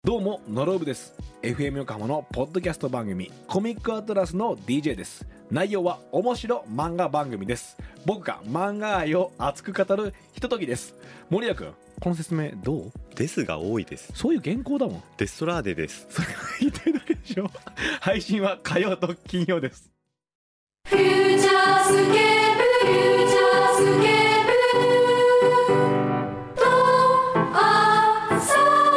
どうもノロブです。 FM 横浜のポッドキャスト番組コミックアトラスの DJ です。内容は面白漫画番組です。僕が漫画愛を熱く語るひとときです。森谷君、この説明どう？ ですが多いです。 そういう原稿だもん。 デストラーデです。 それが言ってるだけでしょ。配信は火曜と金曜です。 フューチャースケープ、フューチャースケープと朝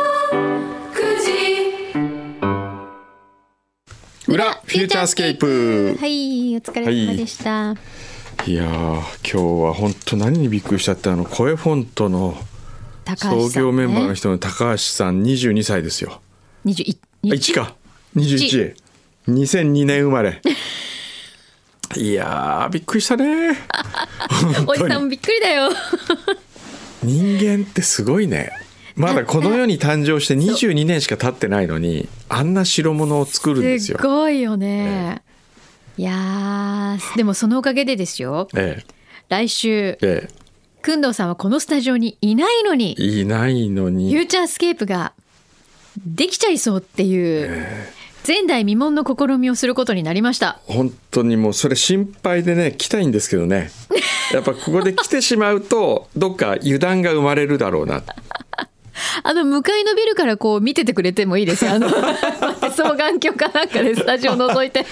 9時裏フューチャースケープ。 はい、お疲れ様でした。 いやー、今日は本当何にびっくりしたって声フォントの創業メンバーの人の高橋さん22歳ですよ。1か21、2002年生まれ。いやーびっくりしたね。 おじさんもびっくりだよ。 人間ってすごいね。まだこの世に誕生して22年しか経ってないのにあんな代物を作るんですよ。 すごいよね。いやでもそのおかげでですよ、来週、工藤さんはこのスタジオにいないのにフューチャースケープができちゃいそうっていう、前代未聞の試みをすることになりました。 本当にもうそれ心配でね、来たいんですけどね。やっぱここで来てしまうとどっか油断が生まれるだろうな。 向かいのビルからこう見ててくれてもいいですよ。双眼鏡かなんかでスタジオ覗いて。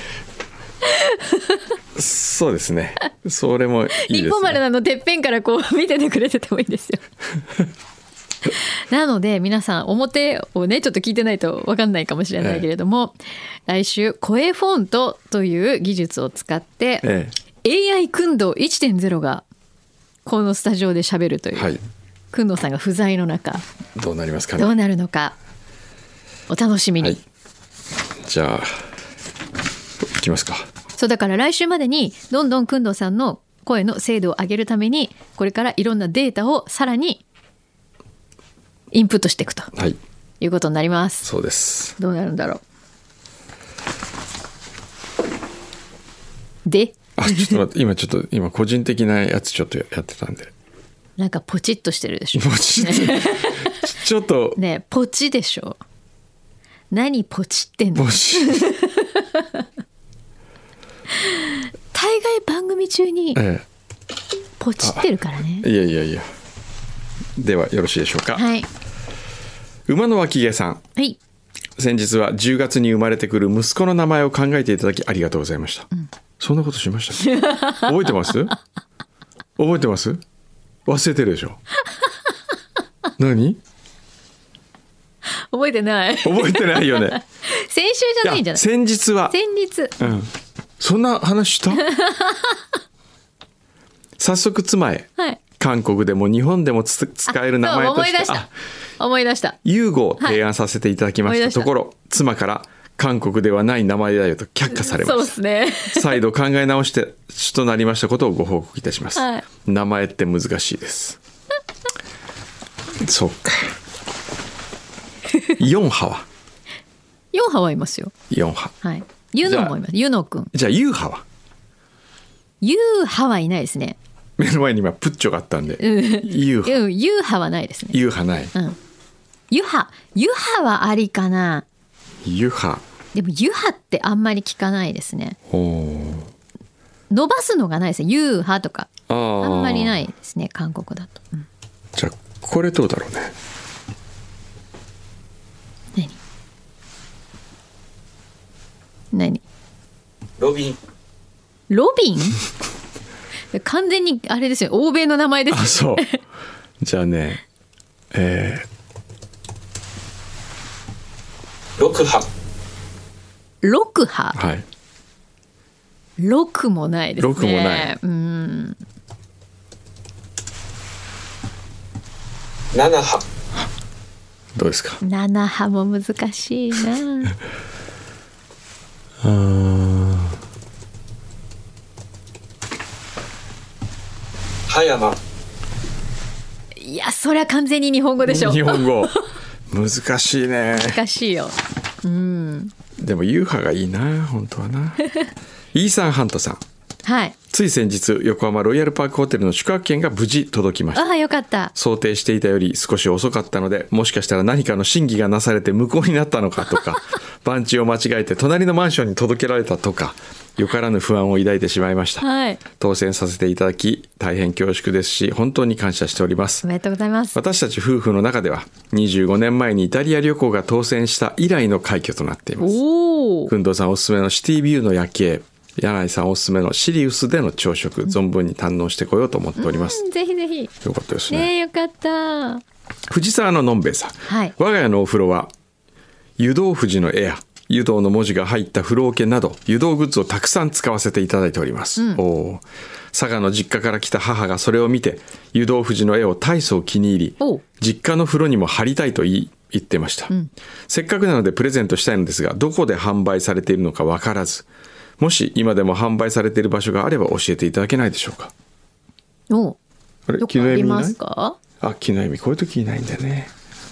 そうですね、それもいいですね。 日本丸のてっぺんからこう見ててくれててもいいですよ。なので皆さん表をねちょっと聞いてないと分かんないかもしれないけれども、来週声フォントという技術を使って、AI 工藤 1.0 がこのスタジオで喋るという、工藤さんが不在の中どうなりますかね。 どうなるのかお楽しみに、 じゃあいきますか。 そうだから来週までにどんどん工藤さんの声の精度を上げるためにこれからいろんなデータをさらにインプットしていくと、いうことになります。 そうです。 どうなるんだろう。でちょっと待って、今個人的なやつちょっとやってたんで、 なんかポチッとしてるでしょ。 ポチッちょっとね、ポチでしょ。何ポチってんの。 ポチ大概番組中にポチってるからね。 いやではよろしいでしょうか。馬の脇毛さん、先日は10月に生まれてくる息子の名前を考えていただきありがとうございました。そんなことしました覚えてます？忘れてるでしょ。何？ 覚えてないよね。 先週じゃないんじゃない？ 先日、そんな話した早速妻へ、韓国でも日本でも使える名前として思い出したユーゴを提案させていただきましたところ、妻から韓国ではない名前だよと却下されました。 そうですね。 再度考え直してとなりましたことをご報告いたします。名前って難しいです。そうか。4波はいますよ。 4波。 ユノもいます。ユノくん。 じゃあユーハは？ ユーハはいないですね。 目の前に今プッチョがあったんで、ユーハはないですね。 ユーハない。 ユハはありかな。 ユハ。 でもユハってあんまり聞かないですね。伸ばすのがないですね。ユーハとかあんまりないですね、韓国だと。 じゃあこれどうだろうね。 何？ ロビン完全にあれですよ、欧米の名前ですよ。 そうじゃあね、6波 6もないですね。 6もない。7波どうですか。 7波も難しいな。 葉山。 いやそれは完全に日本語でしょ。 日本語難しいね。 難しいよ。 でもユーハがいいな本当はな。イーサンハントさん、 つい先日横浜ロイヤルパークホテルの宿泊券が無事届きました。 ああ、よかった。 想定していたより少し遅かったので、もしかしたら何かの審議がなされて無効になったのかとか番地を間違えて隣のマンションに届けられたとか、よからぬ不安を抱いてしまいました、 はい、 当選させていただき大変恐縮ですし、本当に感謝しております。 おめでとうございます。 私たち夫婦の中では25年前にイタリア旅行が当選した以来の快挙となっています。工藤さんおすすめのシティビューの夜景、柳井さんおすすめのシリウスでの朝食、存分に堪能してこようと思っております、 ぜひぜひ。 よかったですね。 よかった。 藤沢ののんべえさん、はい、我が家のお風呂は湯道富士の絵や湯道の文字が入った風呂桶など湯道グッズをたくさん使わせていただいております、佐賀の実家から来た母がそれを見て湯道富士の絵を大層気に入り、実家の風呂にも貼りたいと言ってました、せっかくなのでプレゼントしたいのですが、どこで販売されているのか分からず、もし今でも販売されている場所があれば教えていただけないでしょうか。あれ、 どこありますか？ 木の恵美、こういう時いないんだよね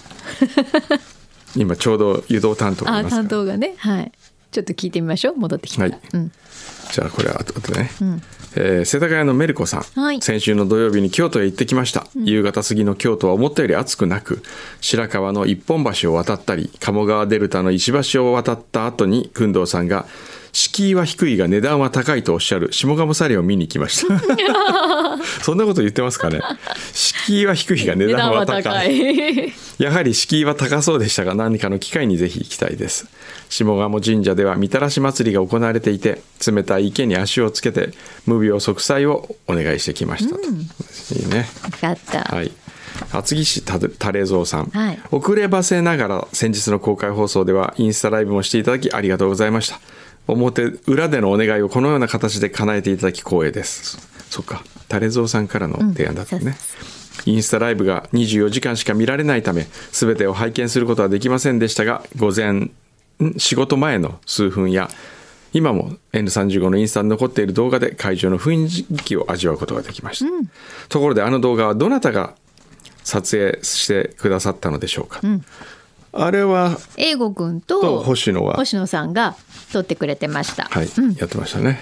今ちょうど湯道担当がいますから。 担当がね、はい、ちょっと聞いてみましょう。戻ってきたら、はい、 じゃあこれは後でね、世田谷のメルコさん、はい、先週の土曜日に京都へ行ってきました、夕方過ぎの京都は思ったより暑くなく、白川の一本橋を渡ったり鴨川デルタの石橋を渡った後に工藤さんが敷居は低いが値段は高いとおっしゃる下鴨サリを見に行きましたそんなこと言ってますかね。敷居は低いが値段は高いやはり敷居は高そうでしたが、何かの機会にぜひ行きたいです。下鴨神社ではみたらし祭りが行われていて、冷たい池に足をつけて無病息災をお願いしてきましたと、いいね。 よかった、はい。 厚木市タレゾウさん、はい、遅ればせながら先日の公開放送ではインスタライブもしていただきありがとうございました。表裏でのお願いをこのような形で叶えていただき光栄です。そっか、タレゾウさんからの提案だったね、インスタライブが24時間しか見られないため全てを拝見することはできませんでしたが、仕事前の数分や今も N35 のインスタに残っている動画で会場の雰囲気を味わうことができました、ところであの動画はどなたが撮影してくださったのでしょうか。あれは英語くんと星野さんが撮ってくれてました。 はい、やってましたね。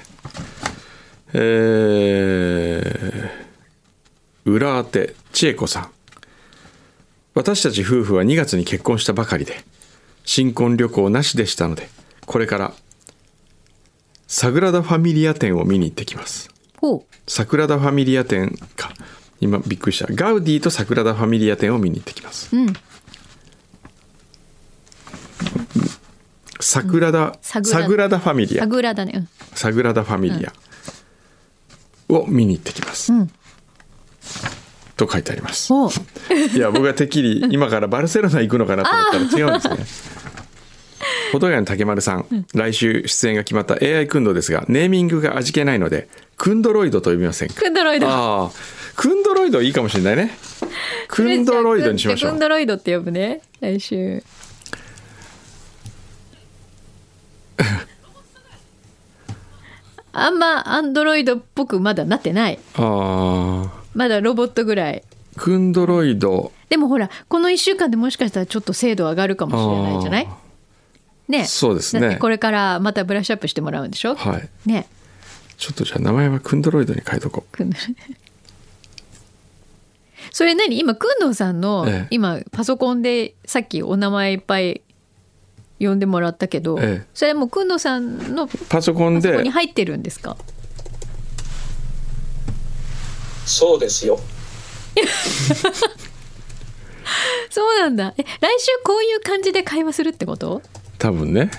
裏当て千恵子さん、私たち夫婦は2月に結婚したばかりで新婚旅行なしでしたので、これからサグラダ・ファミリア展を見に行ってきます。サグラダ・ファミリア展か、今びっくりした。ガウディとサグラダ・ファミリア展を見に行ってきます、サグラダ・ファミリア、サグラダファミリアを見に行ってきます、と書いてあります。いや、僕はてっきり今からバルセロナ行くのかなと思ったら違うんですね。保土ヶ谷の竹丸さん、来週出演が決まった AI クンドですが、ネーミングが味気ないのでクンドロイドと呼びませんか。 クンドロイド、 クンドロイドいいかもしれないね。クンドロイドにしましょう。 クンドロイドって呼ぶね、来週。あんまアンドロイドっぽくまだなってない。まだロボットぐらい。 クンドロイドでもほら、この1週間でもしかしたらちょっと精度上がるかもしれないじゃないね。 そうですね。 だってこれからまたブラッシュアップしてもらうんでしょ。 はいね。 ちょっとじゃあ名前はクンドロイドに変えとこう。 それ何、今工藤さんの、今パソコンでさっきお名前いっぱい呼んでもらったけど、それはもう工藤さんのパソコンに入ってるんですか。 そうですよそうなんだ。来週こういう感じで会話するってこと？ 多分ね。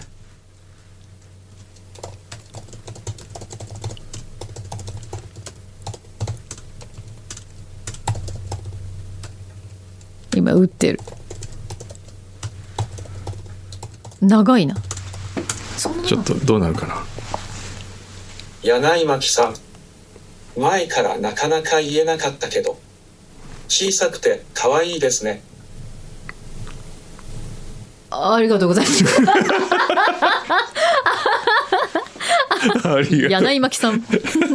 今打ってる。長いな。 ちょっとどうなるかな。 柳井真紀さん、前からなかなか言えなかったけど小さくて可愛いですね。 ありがとうございます柳井真紀さん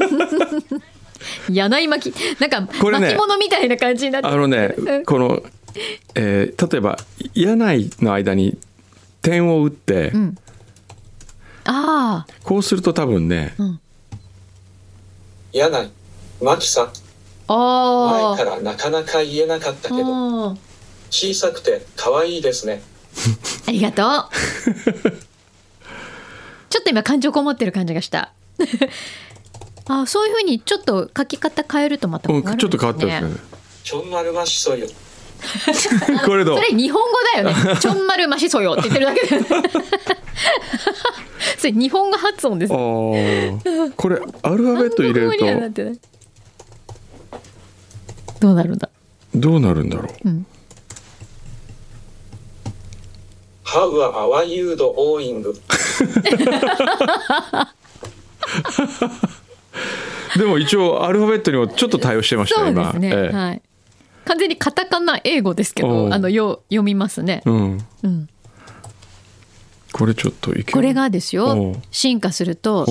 柳井真紀、なんかこれ、巻物みたいな感じになってる。 この、例えば柳井の間に点を打って、こうすると多分ね、 柳井真紀さん。前からなかなか言えなかったけど小さくて可愛いですね。 ありがとうちょっと今感情こもってる感じがしたあ、そういう風にちょっと書き方変えるとまた変わるんですね。 ちょっと変わったですね。 ちょんまるましそよこれどう？ それ日本語だよね。ちょんまるましそよって言ってるだけだよねそれ日本語発音です。 これアルファベット入れるとどうなるんだろう、 How are you doing? でも一応アルファベットにもちょっと対応してましたね。そうですね、はい、完全にカタカナ英語ですけど読みますね、 これちょっといける。 これがですよ進化すると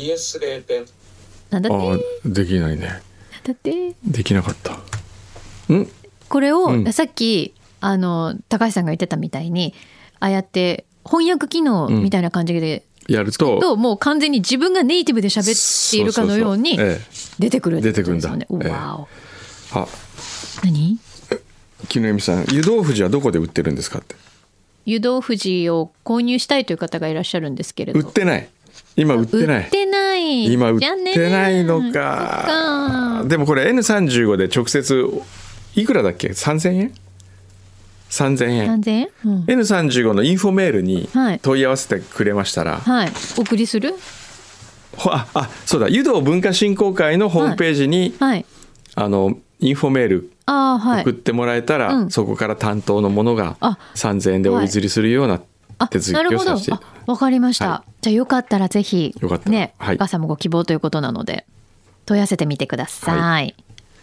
なんだってできないね。 だってできなかった。 これを、さっき高橋さんが言ってたみたいにああやって翻訳機能みたいな感じで、 やるともう完全に自分がネイティブで喋っているかのように出てくるんですよね。わお。 あ、 何？ 木の恵美さん、湯豆腐じはどこで売ってるんですかって。 湯豆腐じを購入したいという方がいらっしゃるんですけれど。 売ってない。今売ってない。 売ってない。 今売ってないのか。でもこれ N35 で直接いくらだっけ？3000円？3000円。 3000円、 N35 のインフォメールに問い合わせてくれましたら、 送りする？ そうだ、湯道文化振興会のホームページに、インフォメール送ってもらえたら、そこから担当のものが3000円でお譲りするような手続きをさせて。 わかりました、じゃあよかったらぜひね、お母さんもご希望ということなので問い合わせてみてください。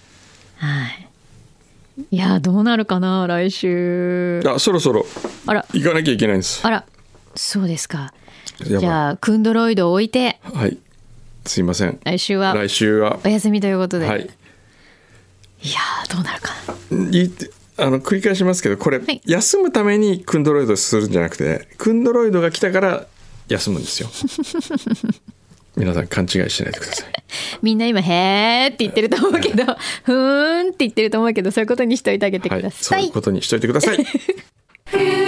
いやどうなるかな来週。 そろそろ行かなきゃいけないんです。 そうですか。じゃあクンドロイドを置いて、 すいません、 来週はお休みということで、いやどうなるかな。繰り返しますけど、これ、休むためにクンドロイドするんじゃなくて、クンドロイドが来たから休むんですよ皆さん勘違いしないでください。 みんな今へーって言ってると思うけどふーんって言ってると思うけど、そういうことにしといてあげてください。 そういうことにしといてください